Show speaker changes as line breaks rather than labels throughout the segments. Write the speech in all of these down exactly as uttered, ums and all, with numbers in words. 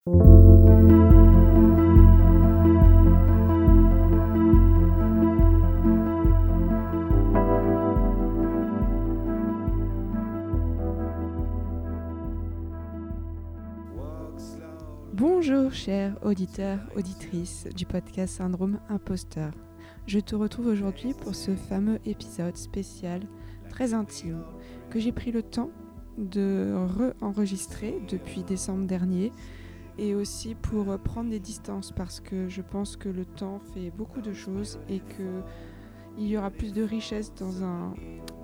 Bonjour chers auditeurs, auditrices du podcast Syndrome Imposteur. Je te retrouve aujourd'hui pour ce fameux épisode spécial très intime que j'ai pris le temps de re-enregistrer depuis décembre dernier et aussi pour prendre des distances parce que je pense que le temps fait beaucoup de choses et qu'il y aura plus de richesse dans un,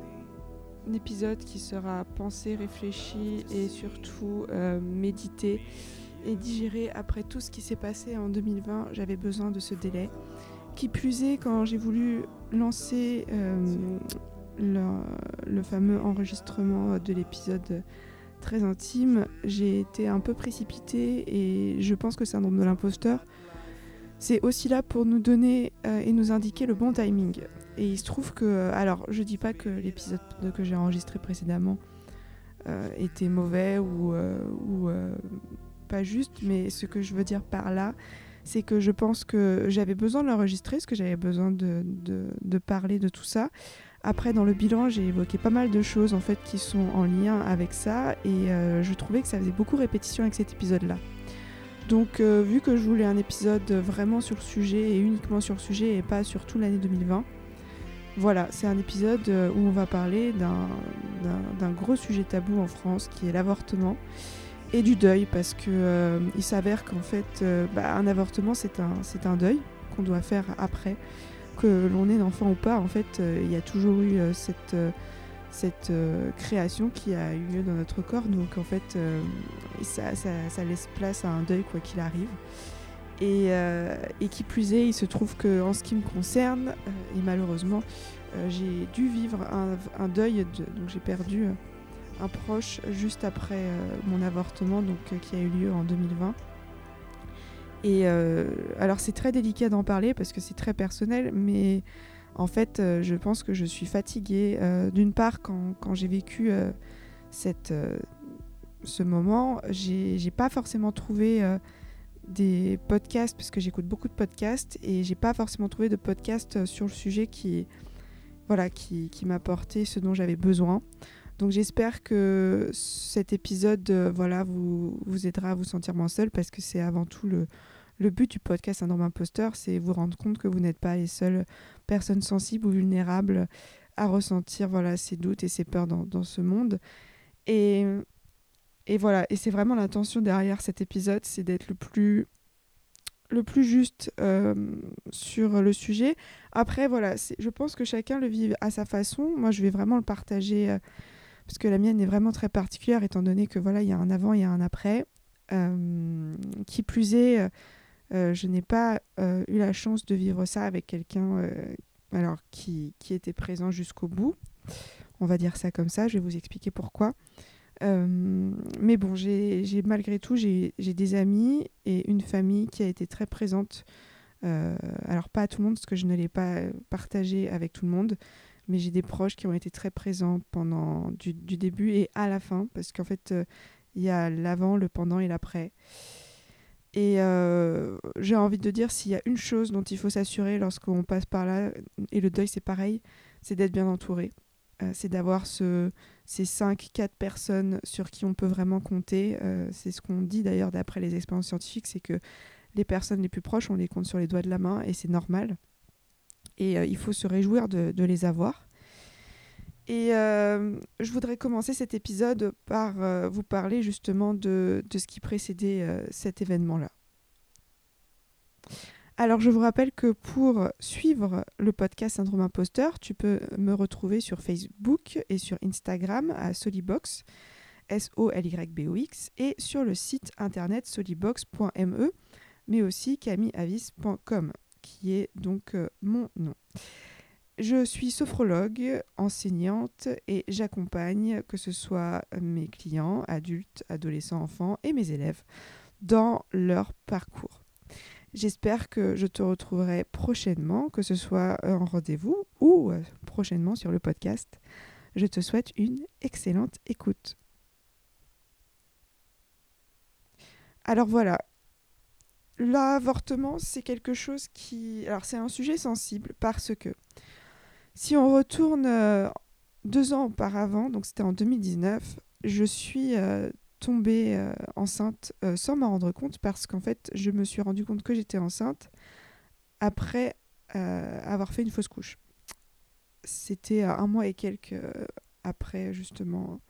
un épisode qui sera pensé, réfléchi et surtout euh, médité et digéré après tout ce qui s'est passé en deux mille vingt. J'avais besoin de ce délai. Qui plus est, quand j'ai voulu lancer euh, le, le fameux enregistrement de l'épisode très intime, j'ai été un peu précipitée et je pense que le syndrome de l'imposteur, c'est aussi là pour nous donner euh, et nous indiquer le bon timing. Et il se trouve que, alors je dis pas que l'épisode que j'ai enregistré précédemment euh, était mauvais ou, euh, ou euh, pas juste, mais ce que je veux dire par là, c'est que je pense que j'avais besoin de l'enregistrer, parce que j'avais besoin de, de, de parler de tout ça. Après, dans le bilan, j'ai évoqué pas mal de choses en fait qui sont en lien avec ça, et euh, je trouvais que ça faisait beaucoup répétition avec cet épisode-là. Donc, euh, vu que je voulais un épisode vraiment sur le sujet, et uniquement sur le sujet, et pas sur toute l'année deux mille vingt, voilà, c'est un épisode où on va parler d'un, d'un, d'un gros sujet tabou en France, qui est l'avortement. Et du deuil, parce que euh, il s'avère qu'en fait, euh, bah, un avortement, c'est un, c'est un deuil qu'on doit faire après, que l'on ait d'enfant ou pas. En fait, euh, il y a toujours eu euh, cette, euh, cette euh, création qui a eu lieu dans notre corps. Donc, en fait, euh, ça, ça, ça laisse place à un deuil, quoi qu'il arrive. Et, euh, et qui plus est, il se trouve qu'en ce qui me concerne, euh, et malheureusement, euh, j'ai dû vivre un, un deuil, de, donc j'ai perdu... Euh, un proche juste après euh, mon avortement, donc euh, qui a eu lieu en deux mille vingt. Et euh, alors c'est très délicat d'en parler parce que c'est très personnel, mais en fait euh, je pense que je suis fatiguée. Euh, d'une part, quand, quand j'ai vécu euh, cette, euh, ce moment, j'ai, j'ai pas forcément trouvé euh, des podcasts, parce que j'écoute beaucoup de podcasts, et j'ai pas forcément trouvé de podcast sur le sujet qui, voilà, qui, qui m'apportait ce dont j'avais besoin. Donc j'espère que cet épisode euh, voilà, vous, vous aidera à vous sentir moins seul, parce que c'est avant tout le, le but du podcast Syndrome Imposteur, c'est vous rendre compte que vous n'êtes pas les seules personnes sensibles ou vulnérables à ressentir voilà, ces doutes et ces peurs dans, dans ce monde. Et, et voilà, et c'est vraiment l'intention derrière cet épisode, c'est d'être le plus, le plus juste euh, sur le sujet. Après voilà, c'est, je pense que chacun le vit à sa façon. Moi je vais vraiment le partager... Euh, parce que la mienne est vraiment très particulière, étant donné que voilà, il y a un avant, il y a un après. Euh, qui plus est, euh, je n'ai pas euh, eu la chance de vivre ça avec quelqu'un euh, alors, qui, qui était présent jusqu'au bout. On va dire ça comme ça, je vais vous expliquer pourquoi. Euh, mais bon, j'ai, j'ai, malgré tout, j'ai, j'ai des amis et une famille qui a été très présente. Euh, alors pas à tout le monde, parce que je ne l'ai pas partagé avec tout le monde, mais j'ai des proches qui ont été très présents pendant du, du début et à la fin, parce qu'en fait, il euh, y a l'avant, le pendant et l'après. Et euh, j'ai envie de dire, s'il y a une chose dont il faut s'assurer lorsqu'on passe par là, et le deuil c'est pareil, c'est d'être bien entouré. Euh, c'est d'avoir ce, ces cinq quatre personnes sur qui on peut vraiment compter. Euh, c'est ce qu'on dit d'ailleurs d'après les expériences scientifiques, c'est que les personnes les plus proches, on les compte sur les doigts de la main, et c'est normal. Et euh, il faut se réjouir de, de les avoir. Et euh, je voudrais commencer cet épisode par euh, vous parler justement de, de ce qui précédait euh, cet événement-là. Alors je vous rappelle que pour suivre le podcast Syndrome Imposteur, tu peux me retrouver sur Facebook et sur Instagram à Solibox, S O L Y B O X, et sur le site internet solibox point m e, mais aussi camille avis point com, qui est donc euh, mon nom. Je suis sophrologue, enseignante, et j'accompagne, que ce soit mes clients, adultes, adolescents, enfants, et mes élèves, dans leur parcours. J'espère que je te retrouverai prochainement, que ce soit en rendez-vous ou prochainement sur le podcast. Je te souhaite une excellente écoute. Alors voilà, l'avortement, c'est quelque chose qui... Alors, c'est un sujet sensible parce que si on retourne euh, deux ans auparavant, donc c'était en deux mille dix-neuf, je suis euh, tombée euh, enceinte euh, sans m'en rendre compte parce qu'en fait, je me suis rendu compte que j'étais enceinte après euh, avoir fait une fausse couche. C'était euh, un mois et quelques euh, après justement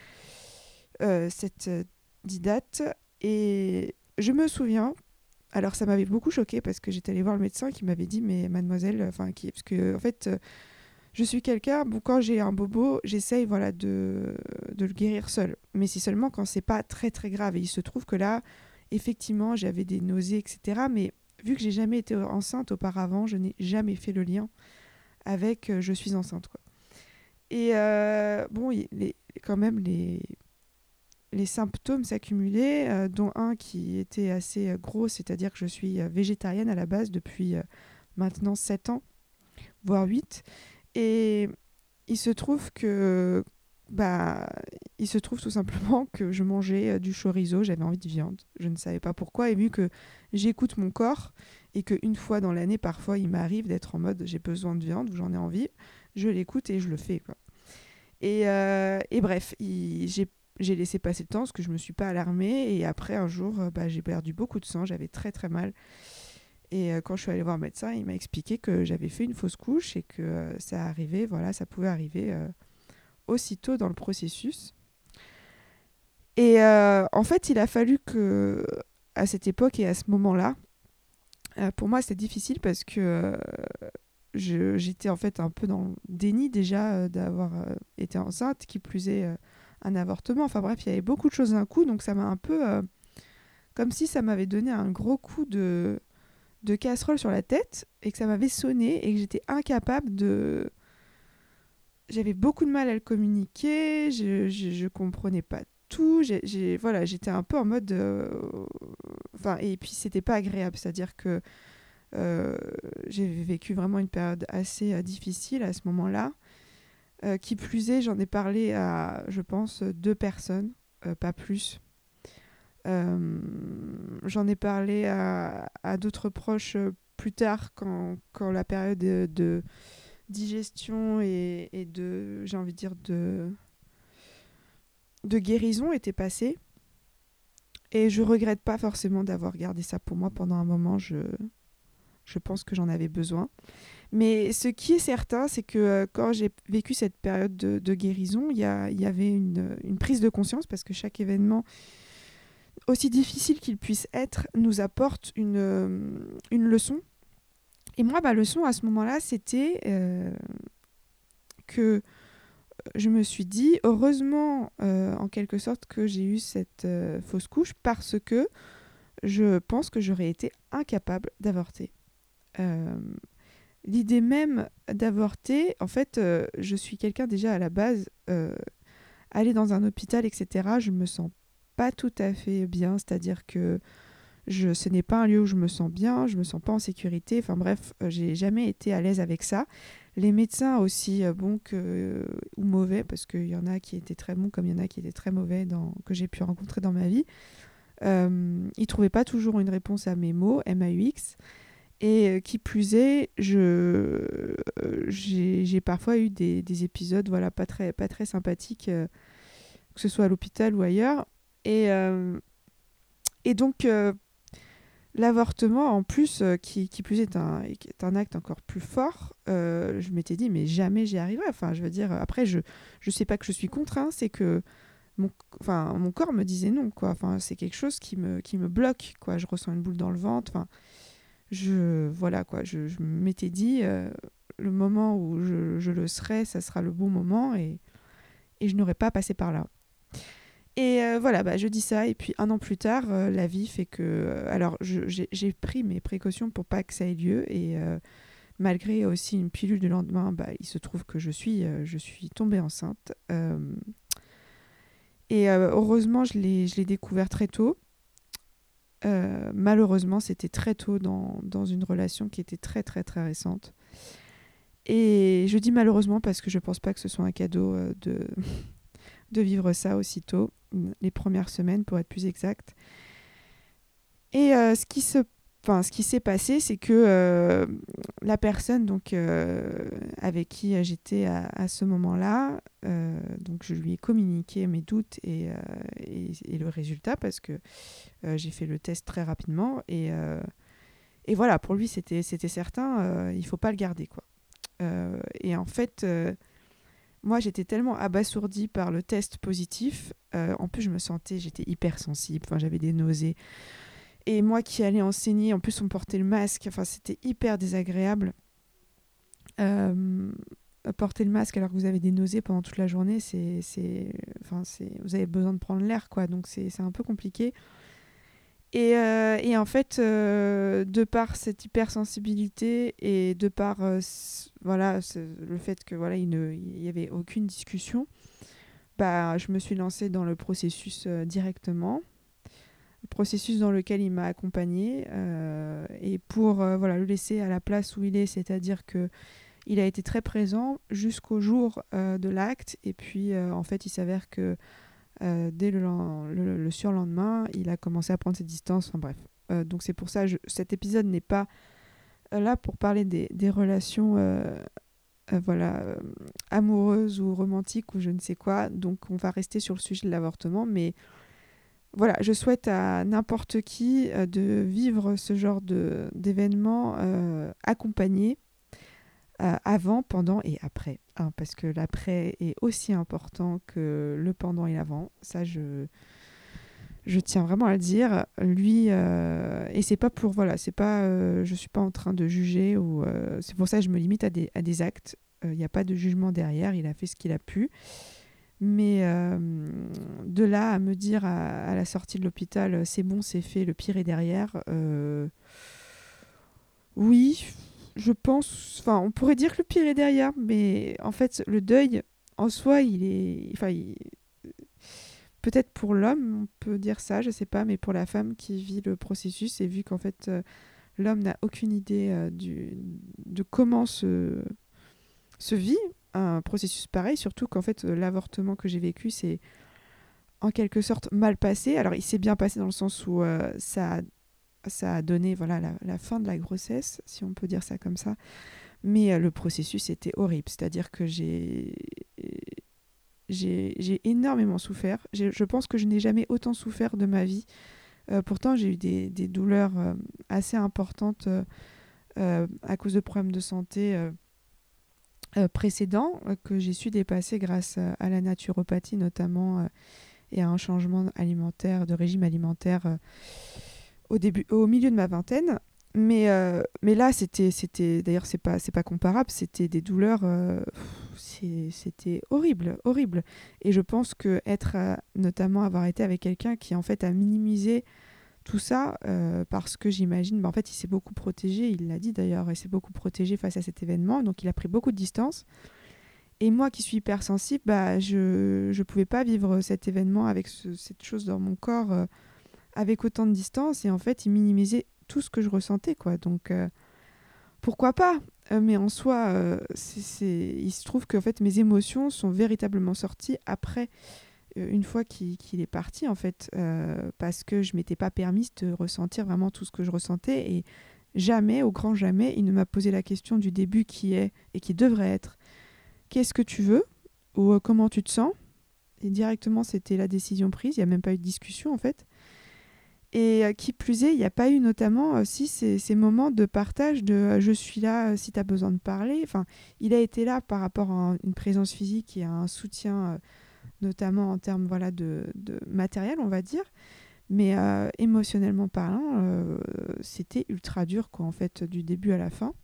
euh, cette euh, date. Et je me souviens, alors ça m'avait beaucoup choquée parce que j'étais allée voir le médecin qui m'avait dit mais mademoiselle, enfin qui, parce que en fait euh, je suis quelqu'un, bon quand j'ai un bobo, j'essaye voilà de, de le guérir seule. Mais c'est seulement quand c'est pas très très grave. Et il se trouve que là, effectivement, j'avais des nausées, et cetera. Mais vu que j'ai jamais été enceinte auparavant, je n'ai jamais fait le lien avec euh, je suis enceinte quoi. Et euh, bon, il- les, quand même les les symptômes s'accumulaient, euh, dont un qui était assez euh, gros, c'est-à-dire que je suis euh, végétarienne à la base depuis euh, maintenant sept ans, voire huit. Et il se trouve que, bah, il se trouve tout simplement que je mangeais euh, du chorizo, j'avais envie de viande, je ne savais pas pourquoi. Et vu que j'écoute mon corps et qu'une fois dans l'année, parfois, il m'arrive d'être en mode j'ai besoin de viande ou j'en ai envie, je l'écoute et je le fais, quoi. Et, euh, et bref, il- j'ai j'ai laissé passer le temps parce que je me suis pas alarmée. Et après, un jour, euh, bah, j'ai perdu beaucoup de sang, j'avais très très mal. Et euh, quand je suis allée voir le médecin, il m'a expliqué que j'avais fait une fausse couche et que euh, ça arrivait, voilà, ça pouvait arriver euh, aussitôt dans le processus. Et euh, en fait, il a fallu que, à cette époque et à ce moment-là, euh, pour moi, c'était difficile parce que euh, je- j'étais en fait un peu dans le déni déjà euh, d'avoir euh, été enceinte, qui plus est euh, un avortement. Enfin bref, il y avait beaucoup de choses d'un coup, donc ça m'a un peu... euh, comme si ça m'avait donné un gros coup de, de casserole sur la tête et que ça m'avait sonné et que j'étais incapable de... J'avais beaucoup de mal à le communiquer, je, je, je comprenais pas tout, j'ai, j'ai- voilà, j'étais un peu en mode... euh, Enfin, et puis c'était pas agréable, c'est-à-dire que euh, j'ai vécu vraiment une période assez euh, difficile à ce moment-là. Euh, qui plus est, j'en ai parlé à, je pense, deux personnes, euh, pas plus. Euh, J'en ai parlé à, à d'autres proches euh, plus tard, quand, quand la période de, de digestion et, et de, j'ai envie de dire, de, de guérison était passée. Et je regrette pas forcément d'avoir gardé ça pour moi pendant un moment. Je, je pense que j'en avais besoin. Mais ce qui est certain, c'est que euh, quand j'ai vécu cette période de, de guérison, il y, a- il y avait une, une prise de conscience parce que chaque événement, aussi difficile qu'il puisse être, nous apporte une, euh, une leçon. Et moi, ma leçon à ce moment-là, c'était euh, que je me suis dit, heureusement, euh, en quelque sorte, que j'ai eu cette euh, fausse couche parce que je pense que j'aurais été incapable d'avorter. Euh, L'idée même d'avorter, en fait, euh, je suis quelqu'un déjà à la base, euh, aller dans un hôpital, et cetera, je me sens pas tout à fait bien, c'est-à-dire que je, ce n'est pas un lieu où je me sens bien, je me sens pas en sécurité, enfin bref, euh, j'ai jamais été à l'aise avec ça. Les médecins aussi, euh, bons que, euh, ou mauvais, parce qu'il y en a qui étaient très bons comme il y en a qui étaient très mauvais dans, que j'ai pu rencontrer dans ma vie, euh, ils trouvaient pas toujours une réponse à mes mots, M A U X. Et euh, qui plus est, je, euh, j'ai, j'ai parfois eu des, des épisodes voilà, pas, très, pas très sympathiques, euh, que ce soit à l'hôpital ou ailleurs. Et, euh, et donc, euh, l'avortement, en plus, euh, qui, qui plus est un, est un acte encore plus fort, euh, je m'étais dit, mais jamais j'y arriverai. Enfin, je veux dire, après, je ne sais pas que je suis contre, hein, c'est que mon, enfin, mon corps me disait non, quoi. Enfin, c'est quelque chose qui me, qui me bloque, quoi. Je ressens une boule dans le ventre. Enfin, je, voilà, quoi. Je, je m'étais dit, euh, le moment où je, je le serai, ça sera le bon moment et, et je n'aurais pas passé par là. Et euh, voilà, bah, je dis ça, et puis un an plus tard, euh, la vie fait que... euh, alors, je- j'ai j'ai pris mes précautions pour pas que ça ait lieu, et euh, malgré aussi une pilule du lendemain, bah, il se trouve que je suis, euh, je suis tombée enceinte. Euh, et euh, heureusement, je l'ai je l'ai découvert très tôt. Euh, malheureusement, c'était très tôt dans, dans une relation qui était très, très, très récente. Et je dis malheureusement parce que je pense pas que ce soit un cadeau euh, de, de vivre ça aussitôt, les premières semaines pour être plus exact. Et euh, ce qui se Enfin, ce qui s'est passé, c'est que euh, la personne donc, euh, avec qui j'étais à, à ce moment-là, euh, donc je lui ai communiqué mes doutes et, euh, et, et le résultat parce que euh, j'ai fait le test très rapidement. Et, euh, et voilà, pour lui, c'était, c'était certain, euh, il ne faut pas le garder, quoi. Euh, et en fait, euh, moi, j'étais tellement abasourdie par le test positif. Euh, en plus, je me sentais, j'étais hypersensible, enfin, j'avais des nausées. Et moi qui allais enseigner, en plus on portait le masque, enfin c'était hyper désagréable. Euh, Porter le masque alors que vous avez des nausées pendant toute la journée, c'est, c'est, enfin c'est, vous avez besoin de prendre l'air, quoi, donc c'est, c'est un peu compliqué. Et, euh, et en fait, euh, de par cette hypersensibilité et de par euh, c- voilà, le fait que voilà, il n'y avait aucune discussion, bah, je me suis lancée dans le processus euh, directement. Processus dans lequel il m'a accompagnée euh, et pour euh, voilà, le laisser à la place où il est, c'est-à-dire que il a été très présent jusqu'au jour euh, de l'acte et puis euh, en fait il s'avère que euh, dès le, le, le surlendemain il a commencé à prendre ses distances, enfin bref. Euh, donc c'est pour ça je, cet épisode n'est pas là pour parler des, des relations euh, euh, voilà, euh, amoureuses ou romantiques ou je ne sais quoi, donc on va rester sur le sujet de l'avortement, mais voilà, je souhaite à n'importe qui euh, de vivre ce genre de, d'événements euh, accompagnés euh, avant, pendant et après. Hein, parce que l'après est aussi important que le pendant et l'avant. Ça, je, je tiens vraiment à le dire. Lui, euh, et c'est pas pour, voilà, c'est pas, euh, je suis pas en train de juger ou euh, c'est pour ça que je me limite à des, à des actes. Il n'y a pas de jugement derrière. Il a fait ce qu'il a pu. Mais euh, de là à me dire à, à la sortie de l'hôpital, c'est bon, c'est fait, le pire est derrière. Euh, oui, je pense. Enfin, on pourrait dire que le pire est derrière, mais en fait, le deuil en soi, il est. Enfin, il- peut-être pour l'homme, on peut dire ça, je sais pas, mais pour la femme qui vit le processus, et vu qu'en fait, euh, l'homme n'a aucune idée euh, du, de comment se, se vit un processus pareil, surtout qu'en fait, euh, l'avortement que j'ai vécu, c'est en quelque sorte mal passé. Alors, il s'est bien passé dans le sens où euh, ça, a, ça a donné voilà, la, la fin de la grossesse, si on peut dire ça comme ça. Mais euh, le processus était horrible. C'est-à-dire que j'ai, j'ai, j'ai énormément souffert. J'ai, je pense que je n'ai jamais autant souffert de ma vie. Euh, pourtant, j'ai eu des, des douleurs euh, assez importantes euh, euh, à cause de problèmes de santé euh, euh, précédents euh, que j'ai su dépasser grâce euh, à la naturopathie notamment euh, et à un changement alimentaire, de régime alimentaire euh, au début, au milieu de ma vingtaine. Mais, euh, mais là, c'était, c'était, d'ailleurs, c'est pas, c'est pas comparable. C'était des douleurs, euh, c'est, c'était horrible, horrible. Et je pense que être, euh, notamment avoir été avec quelqu'un qui en fait a minimisé tout ça, euh, parce que j'imagine, bah, en fait, il s'est beaucoup protégé. Il l'a dit d'ailleurs, il s'est beaucoup protégé face à cet événement. Donc, il a pris beaucoup de distance. Et moi qui suis hypersensible, bah, je ne pouvais pas vivre cet événement avec ce- cette chose dans mon corps euh, avec autant de distance. Et en fait, il minimisait tout ce que je ressentais, quoi. Donc, euh, pourquoi pas. Euh, mais en soi, euh, c'est, c'est... il se trouve que en fait, mes émotions sont véritablement sorties après, euh, une fois qu'il, qu'il est parti, en fait, euh, parce que je m'étais pas permise de ressentir vraiment tout ce que je ressentais. Et jamais, au grand jamais, il ne m'a posé la question du début qui est, et qui devrait être, qu'est-ce que tu veux ou euh, comment tu te sens. Et directement, c'était la décision prise. Il n'y a même pas eu de discussion, en fait. Et euh, qui plus est, il n'y a pas eu notamment aussi ces, ces moments de partage de euh, je suis là euh, si tu as besoin de parler. Enfin, il a été là par rapport à un- une présence physique et à un soutien, euh, notamment en termes voilà, de, de matériel, on va dire. Mais euh, émotionnellement parlant, euh, c'était ultra dur, quoi, en fait, du début à la fin.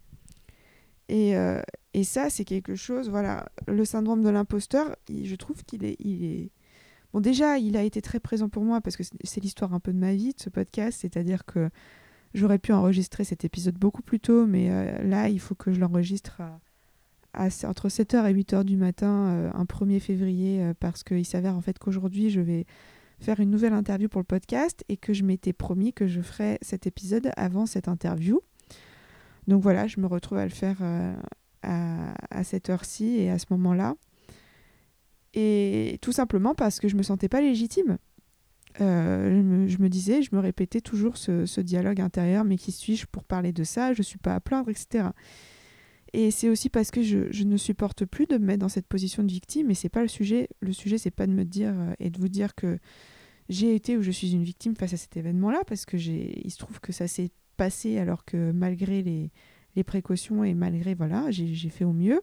Et, euh, et ça, c'est quelque chose, voilà, le syndrome de l'imposteur, il- je trouve qu'il est, il est... Bon, déjà, il a été très présent pour moi parce que c'est c'est l'histoire un peu de ma vie, de ce podcast, c'est-à-dire que j'aurais pu enregistrer cet épisode beaucoup plus tôt, mais euh, là, il faut que je l'enregistre à, à- entre sept heures et huit heures du matin, euh, un premier février, euh, parce qu'il s'avère en fait qu'aujourd'hui, je vais faire une nouvelle interview pour le podcast et que je m'étais promis que je ferais cet épisode avant cette interview. Donc voilà, je me retrouve à le faire euh, à, à cette heure-ci et à ce moment-là. Et tout simplement parce que je me sentais pas légitime. euh, je, me, je me disais, je me répétais toujours ce, ce dialogue intérieur, mais qui suis-je pour parler de ça? Je ne suis pas à plaindre, et cetera. Et c'est aussi parce que je, je ne supporte plus de me mettre dans cette position de victime, et c'est pas le sujet. Le sujet, c'est pas de me dire euh, et de vous dire que j'ai été ou je suis une victime face à cet événement-là, parce que j'ai, il se trouve que ça s'est passé alors que malgré les, les précautions et malgré, voilà, j'ai, j'ai fait au mieux.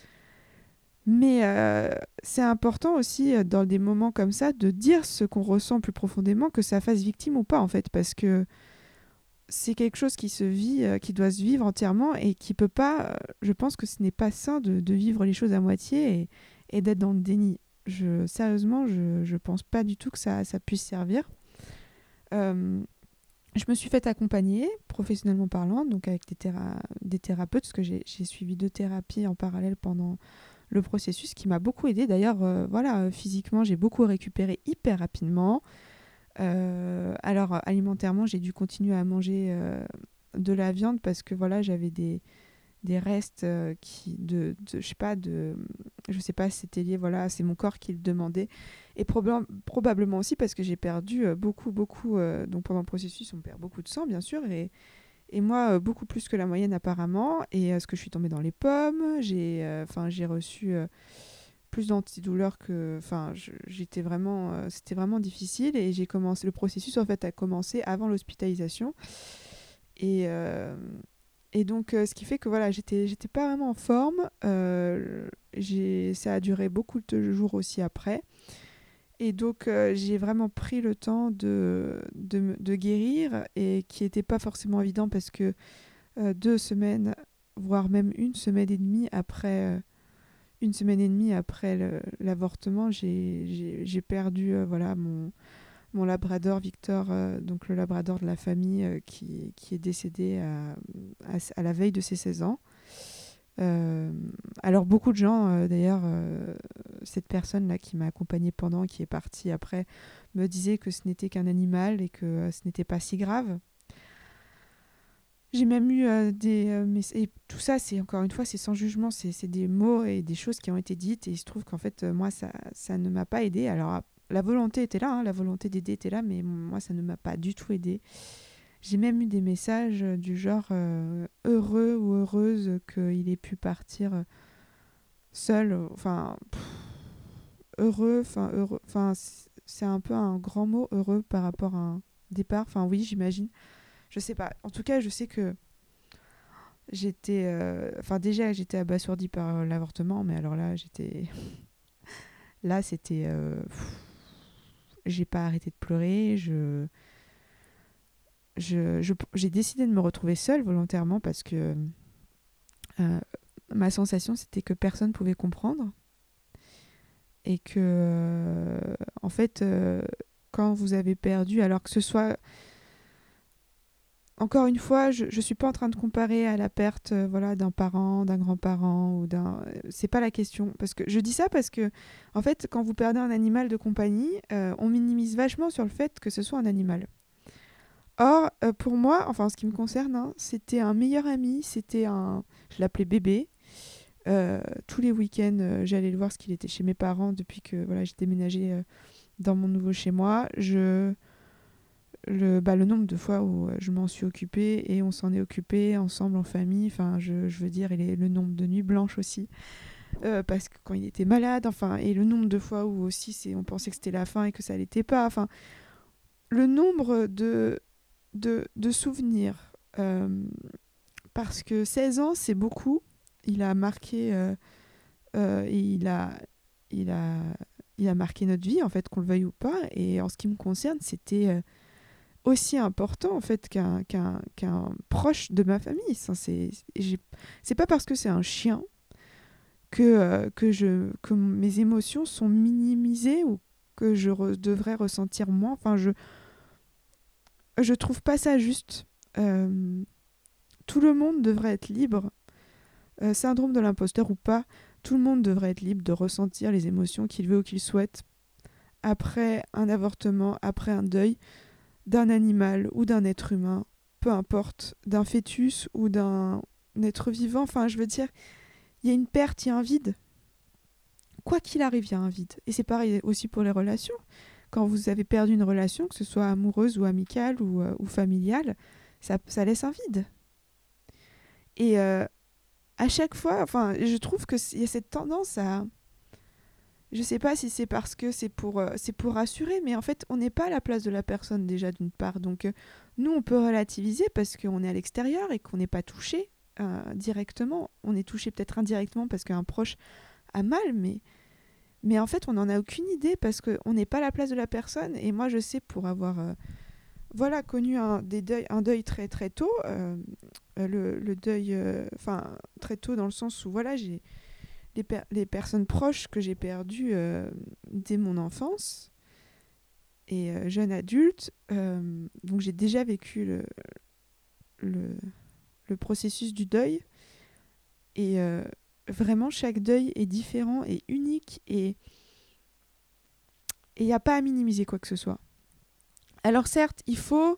Mais euh, c'est important aussi, euh, dans des moments comme ça, de dire ce qu'on ressent plus profondément, que ça fasse victime ou pas, en fait, parce que c'est quelque chose qui se vit, euh, qui doit se vivre entièrement et qui peut pas. Euh, je pense que ce n'est pas sain de, de vivre les choses à moitié et, et d'être dans le déni. Je, sérieusement, je, je pense pas du tout que ça, ça puisse servir. Euh, je me suis fait accompagner, professionnellement parlant, donc avec des, théra- des thérapeutes, parce que j'ai, j'ai suivi deux thérapies en parallèle pendant le processus, qui m'a beaucoup aidée. D'ailleurs, euh, voilà, euh, physiquement, j'ai beaucoup récupéré hyper rapidement. Euh, alors, alimentairement, j'ai dû continuer à manger euh, de la viande parce que voilà, j'avais des, des restes euh, qui de, de je sais pas de je sais pas si c'était lié, voilà, c'est mon corps qui le demandait, et proba- probablement aussi parce que j'ai perdu euh, beaucoup beaucoup euh, donc pendant le processus on perd beaucoup de sang bien sûr, et et moi euh, beaucoup plus que la moyenne apparemment, et euh, ce que je suis tombée dans les pommes, j'ai enfin j'ai reçu euh, plus d'antidouleurs que enfin je- j'étais vraiment euh, c'était vraiment difficile, et j'ai commencé le processus en fait a commencé avant l'hospitalisation. Et, euh, et donc, euh, ce qui fait que voilà, j'étais, j'étais pas vraiment en forme. Euh, j'ai, ça a duré beaucoup de jours aussi après. Et donc, euh, j'ai vraiment pris le temps de, de, me- de guérir, et qui n'était pas forcément évident parce que euh, deux semaines, voire même une semaine et demie après, euh, une semaine et demie après le- l'avortement, j'ai, j'ai, j'ai perdu euh, voilà, mon, mon labrador Victor, euh, donc le labrador de la famille, euh, qui, qui est décédé à, à, à la veille de ses seize ans. Euh, alors beaucoup de gens, euh, d'ailleurs, euh, cette personne-là qui m'a accompagnée pendant, qui est partie après, me disait que ce n'était qu'un animal et que euh, ce n'était pas si grave. J'ai même eu euh, des... euh, mais, et tout ça, c'est encore une fois, c'est sans jugement, c'est, c'est des mots et des choses qui ont été dites, et il se trouve qu'en fait, euh, moi, ça, ça ne m'a pas aidée. Alors, la volonté était là, hein, la volonté d'aider était là, mais moi, ça ne m'a pas du tout aidée. J'ai même eu des messages euh, du genre euh, heureux ou heureuse qu'il ait pu partir euh, seul. euh, Enfin, pff, heureux, enfin, heureux, enfin, c- c'est un peu un grand mot, heureux, par rapport à un départ. Enfin, oui, j'imagine. Je sais pas. En tout cas, je sais que j'étais. euh, Enfin, déjà, j'étais abasourdie par euh, l'avortement, mais alors là, j'étais. Là, c'était. euh, pff, J'ai pas arrêté de pleurer. Je. Je, je- j'ai décidé de me retrouver seule volontairement parce que euh, ma sensation, c'était que personne pouvait comprendre, et que, euh, en fait, euh, quand vous avez perdu, alors que ce soit, encore une fois, je ne suis pas en train de comparer à la perte, euh, voilà, d'un parent, d'un grand-parent, ou d'un... C'est pas la question. Parce que, je dis ça parce que, en fait, quand vous perdez un animal de compagnie, euh, on minimise vachement sur le fait que ce soit un animal. Or, euh, pour moi, enfin, en ce qui me concerne, hein, c'était un meilleur ami, c'était un... Je l'appelais bébé. Euh, tous les week-ends, euh, j'allais le voir parce qu'il était chez mes parents depuis que voilà, j'ai déménagé euh, dans mon nouveau chez moi. Je, le, bah, le nombre de fois où euh, je m'en suis occupée et on s'en est occupé ensemble en famille, enfin, je, je veux dire, et les- le nombre de nuits blanches aussi, euh, parce que quand il était malade, enfin, et le nombre de fois où aussi c'est, on pensait que c'était la fin et que ça l'était pas, enfin, le nombre de, de, de souvenirs, euh, parce que seize ans, c'est beaucoup. Il a marqué. Euh, Euh, et il a, il a, il a marqué notre vie, en fait, qu'on le veuille ou pas. Et en ce qui me concerne, c'était euh, aussi important, en fait, qu'un, qu'un, qu'un proche de ma famille. Ça, c'est, j'ai, c'est pas parce que c'est un chien que, euh, que, je, que mes émotions sont minimisées ou que je re- devrais ressentir moins. Enfin, je, je trouve pas ça juste. Euh, Tout le monde devrait être libre, euh, syndrome de l'imposteur ou pas, tout le monde devrait être libre de ressentir les émotions qu'il veut ou qu'il souhaite après un avortement, après un deuil, d'un animal ou d'un être humain, peu importe, d'un fœtus ou d'un être vivant. Enfin, je veux dire, il y a une perte, il y a un vide. Quoi qu'il arrive, il y a un vide. Et c'est pareil aussi pour les relations. quand vous avez perdu une relation, que ce soit amoureuse ou amicale ou, euh, ou familiale, ça, ça laisse un vide. Et euh, à chaque fois, enfin, je trouve qu'il y a cette tendance à... Je sais pas si c'est parce que c'est pour, euh, c'est pour rassurer, mais en fait, on n'est pas à la place de la personne déjà, d'une part. Donc, euh, nous, on peut relativiser parce qu'on est à l'extérieur et qu'on n'est pas touché euh, directement. On est touché peut-être indirectement parce qu'un proche a mal, mais, mais en fait, on n'en a aucune idée parce qu'on n'est pas à la place de la personne. Et moi, je sais, pour avoir euh, voilà, connu un, des deuils, un deuil très très tôt, euh, le, le deuil, enfin, euh, très tôt dans le sens où, voilà, j'ai... Les, per- les personnes proches que j'ai perdues euh, dès mon enfance et euh, jeune adulte. Euh, donc j'ai déjà vécu le, le, le processus du deuil. Et euh, vraiment, chaque deuil est différent et unique. Et il n'y a pas à minimiser quoi que ce soit. Alors certes, il faut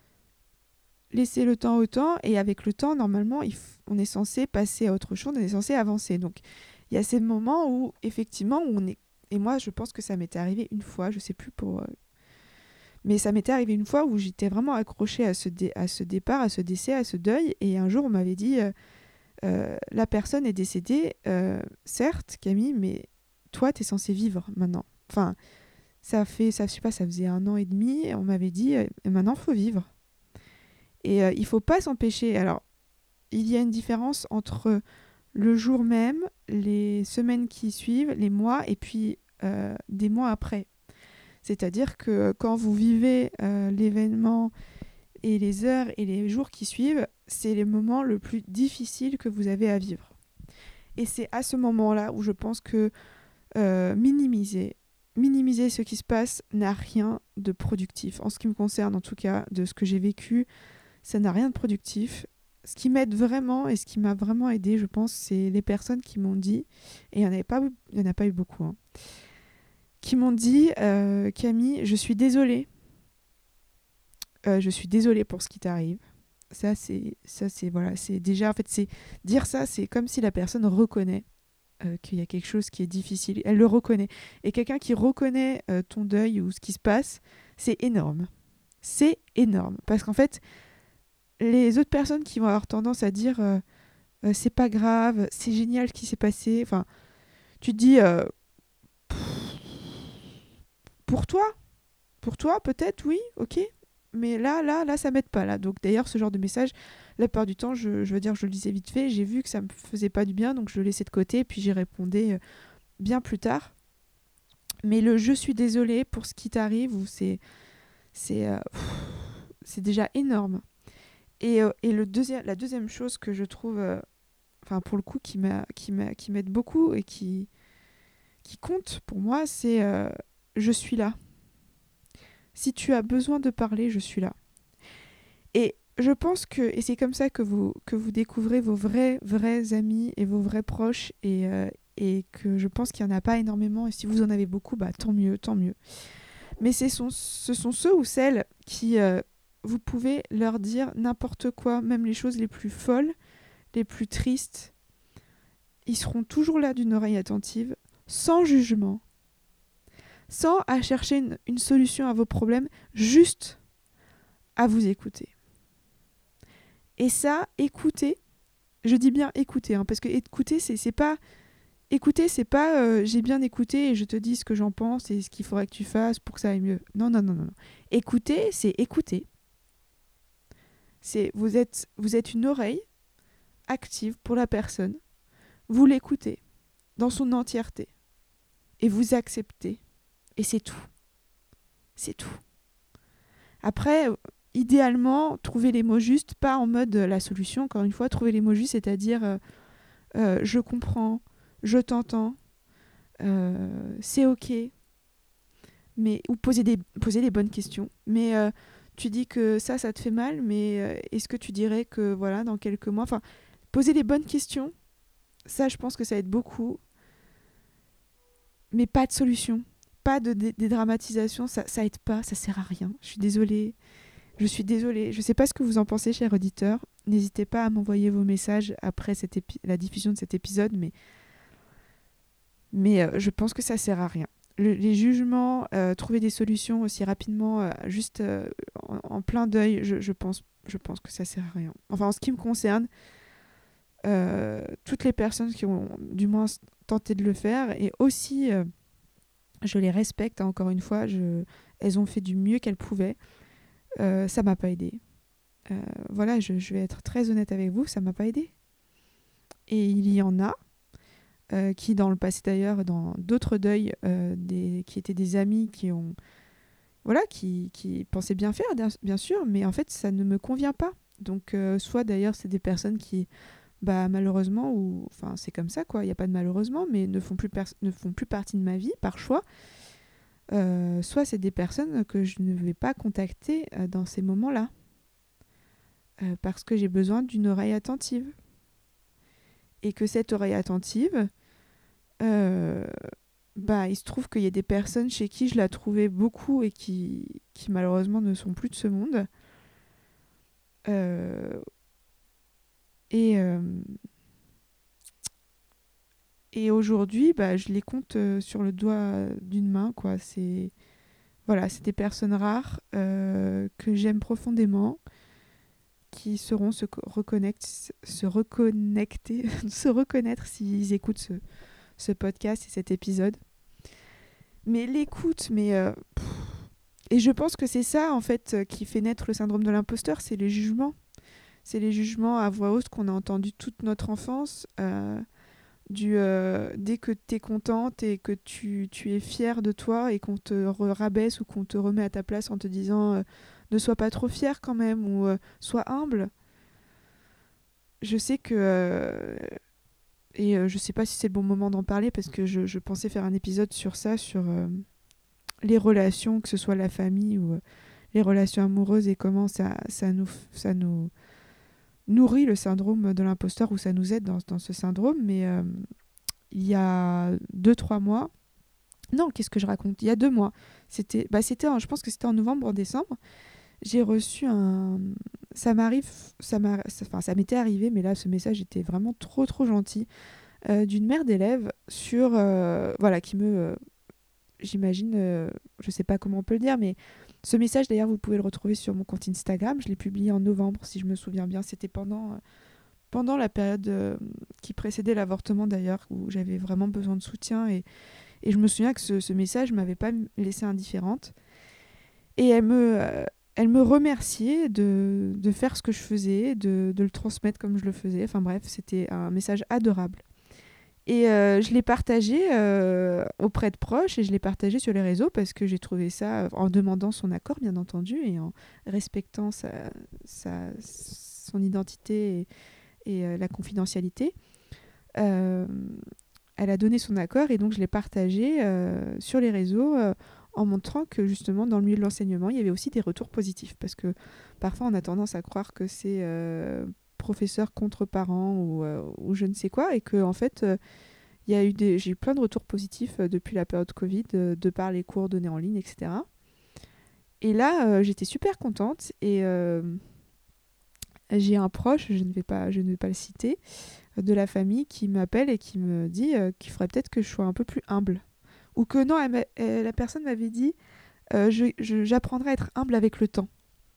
laisser le temps au temps. Et avec le temps, normalement, il f- on est censé passer à autre chose. On est censé avancer. Donc il y a ces moments où, effectivement, où on est... Et moi, je pense que ça m'était arrivé une fois, je sais plus pour... euh, Mais ça m'était arrivé une fois où j'étais vraiment accrochée à ce, dé- à ce départ, à ce décès, à ce deuil. Et un jour, on m'avait dit, euh, euh, la personne est décédée, euh, certes, Camille, mais toi, t'es censée vivre maintenant. Enfin, ça fait, ça, je sais pas, ça faisait un an et demi, et on m'avait dit, euh, maintenant, faut vivre. Et euh, il faut pas s'empêcher. Alors, il y a une différence entre le jour même, les semaines qui suivent, les mois, et puis euh, des mois après. C'est-à-dire que quand vous vivez euh, l'événement et les heures et les jours qui suivent, c'est les moments le plus difficiles que vous avez à vivre. Et c'est à ce moment-là où je pense que euh, minimiser, minimiser ce qui se passe n'a rien de productif. En ce qui me concerne, en tout cas, de ce que j'ai vécu, ça n'a rien de productif. Ce qui m'aide vraiment et ce qui m'a vraiment aidé, je pense, c'est les personnes qui m'ont dit, et il n'y en avait pas, il y en a pas eu beaucoup, hein, qui m'ont dit euh, Camille, je suis désolée. Euh, je suis désolée pour ce qui t'arrive. Ça, c'est, ça, c'est, voilà, c'est déjà, en fait, c'est dire ça, c'est comme si la personne reconnaît euh, qu'il y a quelque chose qui est difficile. Elle le reconnaît. Et quelqu'un qui reconnaît euh, ton deuil ou ce qui se passe, c'est énorme. C'est énorme. Parce qu'en fait, les autres personnes qui vont avoir tendance à dire euh, euh, c'est pas grave, c'est génial ce qui s'est passé. Enfin, tu te dis euh, pour toi, pour toi, peut-être, oui, ok. Mais là, là, là, ça m'aide pas. Là. Donc d'ailleurs, ce genre de message, la plupart du temps, je, je veux dire, je le lisais vite fait. J'ai vu que ça me faisait pas du bien, donc je le laissais de côté. Et puis j'y répondais euh, bien plus tard. Mais le je suis désolée pour ce qui t'arrive, ou c'est, c'est, euh, pff, c'est déjà énorme. Et, euh, et le deuxième, la deuxième chose que je trouve, euh, enfin pour le coup, qui, m'a, qui, m'a, qui m'aide beaucoup et qui, qui compte pour moi, c'est euh, je suis là. Si tu as besoin de parler, je suis là. Et je pense que, et c'est comme ça que vous, que vous découvrez vos vrais, vrais amis et vos vrais proches, et, euh, et que je pense qu'il n'y en a pas énormément, et si vous en avez beaucoup, bah tant mieux, tant mieux. Mais ce sont, ce sont ceux ou celles qui, euh, vous pouvez leur dire n'importe quoi, même les choses les plus folles, les plus tristes. Ils seront toujours là d'une oreille attentive, sans jugement, sans à chercher une, une solution à vos problèmes, juste à vous écouter. Et ça, écouter, je dis bien écouter, hein, parce que écouter, c'est, c'est pas... Écouter, c'est pas euh, j'ai bien écouté et je te dis ce que j'en pense et ce qu'il faudrait que tu fasses pour que ça aille mieux. Non, non, non, non. non. Écouter, c'est écouter. C'est, vous êtes, vous êtes une oreille active pour la personne. Vous l'écoutez dans son entièreté et vous acceptez. Et c'est tout. C'est tout. Après, euh, idéalement, trouver les mots justes, pas en mode euh, la solution, encore une fois, trouver les mots justes, c'est-à-dire euh, euh, je comprends, je t'entends, euh, c'est ok, mais ou poser des poser les bonnes questions. Mais euh, tu dis que ça, ça te fait mal, mais euh, est-ce que tu dirais que voilà, dans quelques mois, enfin, poser les bonnes questions, ça, je pense que ça aide beaucoup, mais pas de solution, pas de dé- dédramatisation, ça, ça aide pas, ça sert à rien. Je suis désolée, je suis désolée. Je sais pas ce que vous en pensez, chers auditeurs. N'hésitez pas à m'envoyer vos messages après cet épi- la diffusion de cet épisode, mais mais euh, je pense que ça sert à rien. le, les jugements, euh, trouver des solutions aussi rapidement, euh, juste euh, en, en plein deuil, je, je, pense, je pense que ça sert à rien. Enfin, en ce qui me concerne, euh, toutes les personnes qui ont du moins tenté de le faire, et aussi, euh, je les respecte, hein, encore une fois, je, elles ont fait du mieux qu'elles pouvaient, euh, ça m'a pas aidé. Euh, voilà, je, je vais être très honnête avec vous, ça m'a pas aidé. Et il y en a euh, qui, dans le passé d'ailleurs, dans d'autres deuils, euh, des, qui étaient des amis qui ont, voilà, qui, qui pensaient bien faire, bien sûr, mais en fait, ça ne me convient pas. Donc, euh, soit d'ailleurs, c'est des personnes qui, bah, malheureusement, ou, enfin, c'est comme ça, quoi, il n'y a pas de malheureusement, mais ne font plus, pers- ne font plus partie de ma vie par choix. Euh, soit c'est des personnes que je ne vais pas contacter euh, dans ces moments-là, euh, parce que j'ai besoin d'une oreille attentive. Et que cette oreille attentive, euh, bah, il se trouve qu'il y a des personnes chez qui je la trouvais beaucoup et qui, qui malheureusement ne sont plus de ce monde. Euh, et, euh, et aujourd'hui, bah, je les compte euh, sur le doigt d'une main, quoi. C'est, voilà, c'est des personnes rares euh, que j'aime profondément, qui sauront se co- reconnecter, se reconnecter, se reconnaître s'ils écoutent ce, ce podcast et cet épisode. Mais l'écoute, mais euh, pff, et je pense que c'est ça, en fait, euh, qui fait naître le syndrome de l'imposteur, c'est les jugements. C'est les jugements à voix haute qu'on a entendus toute notre enfance. Euh, du, euh, dès que tu es contente et que tu, tu es fière de toi et qu'on te re- rabaisse ou qu'on te remet à ta place en te disant euh, ne sois pas trop fière quand même ou euh, sois humble. Je sais que... euh, et euh, je sais pas si c'est le bon moment d'en parler parce que je, je pensais faire un épisode sur ça, sur euh, les relations, que ce soit la famille ou... euh, les relations amoureuses et comment ça, ça, nous, ça nous nourrit le syndrome de l'imposteur ou ça nous aide dans, dans ce syndrome. Mais euh, il y a deux, trois mois, non, qu'est-ce que je raconte? Il y a deux mois, c'était, bah c'était en- je pense que c'était en novembre ou en décembre, j'ai reçu un... Ça m'arrive, ça, m'a, ça, enfin, ça m'était arrivé, mais là, ce message était vraiment trop, trop gentil, euh, d'une mère d'élève sur... euh, voilà, qui me... euh, j'imagine, euh, je sais pas comment on peut le dire, mais ce message d'ailleurs vous pouvez le retrouver sur mon compte Instagram, je l'ai publié en novembre si je me souviens bien, c'était pendant, euh, pendant la période euh, qui précédait l'avortement d'ailleurs, où j'avais vraiment besoin de soutien et, et je me souviens que ce, ce message ne m'avait pas laissée indifférente et elle me, euh, elle me remerciait de, de faire ce que je faisais, de, de le transmettre comme je le faisais, enfin bref, c'était un message adorable. Et euh, je l'ai partagé euh, auprès de proches et je l'ai partagé sur les réseaux parce que j'ai trouvé ça, en demandant son accord bien entendu et en respectant sa, sa, son identité et, et euh, la confidentialité. Euh, Elle a donné son accord et donc je l'ai partagé euh, sur les réseaux euh, en montrant que justement dans le milieu de l'enseignement, il y avait aussi des retours positifs parce que parfois on a tendance à croire que c'est euh, professeur contre parents ou, euh, ou je ne sais quoi et que en fait... Euh, il y a eu des, j'ai eu plein de retours positifs euh, depuis la période Covid, euh, de par les cours donnés en ligne, et cetera. Et là, euh, j'étais super contente et euh, j'ai un proche, je ne vais pas, je ne vais pas le citer, euh, de la famille qui m'appelle et qui me dit euh, qu'il faudrait peut-être que je sois un peu plus humble. Ou que non, elle m'a- elle- la personne m'avait dit euh, je, je- j'apprendrai à être humble avec le temps.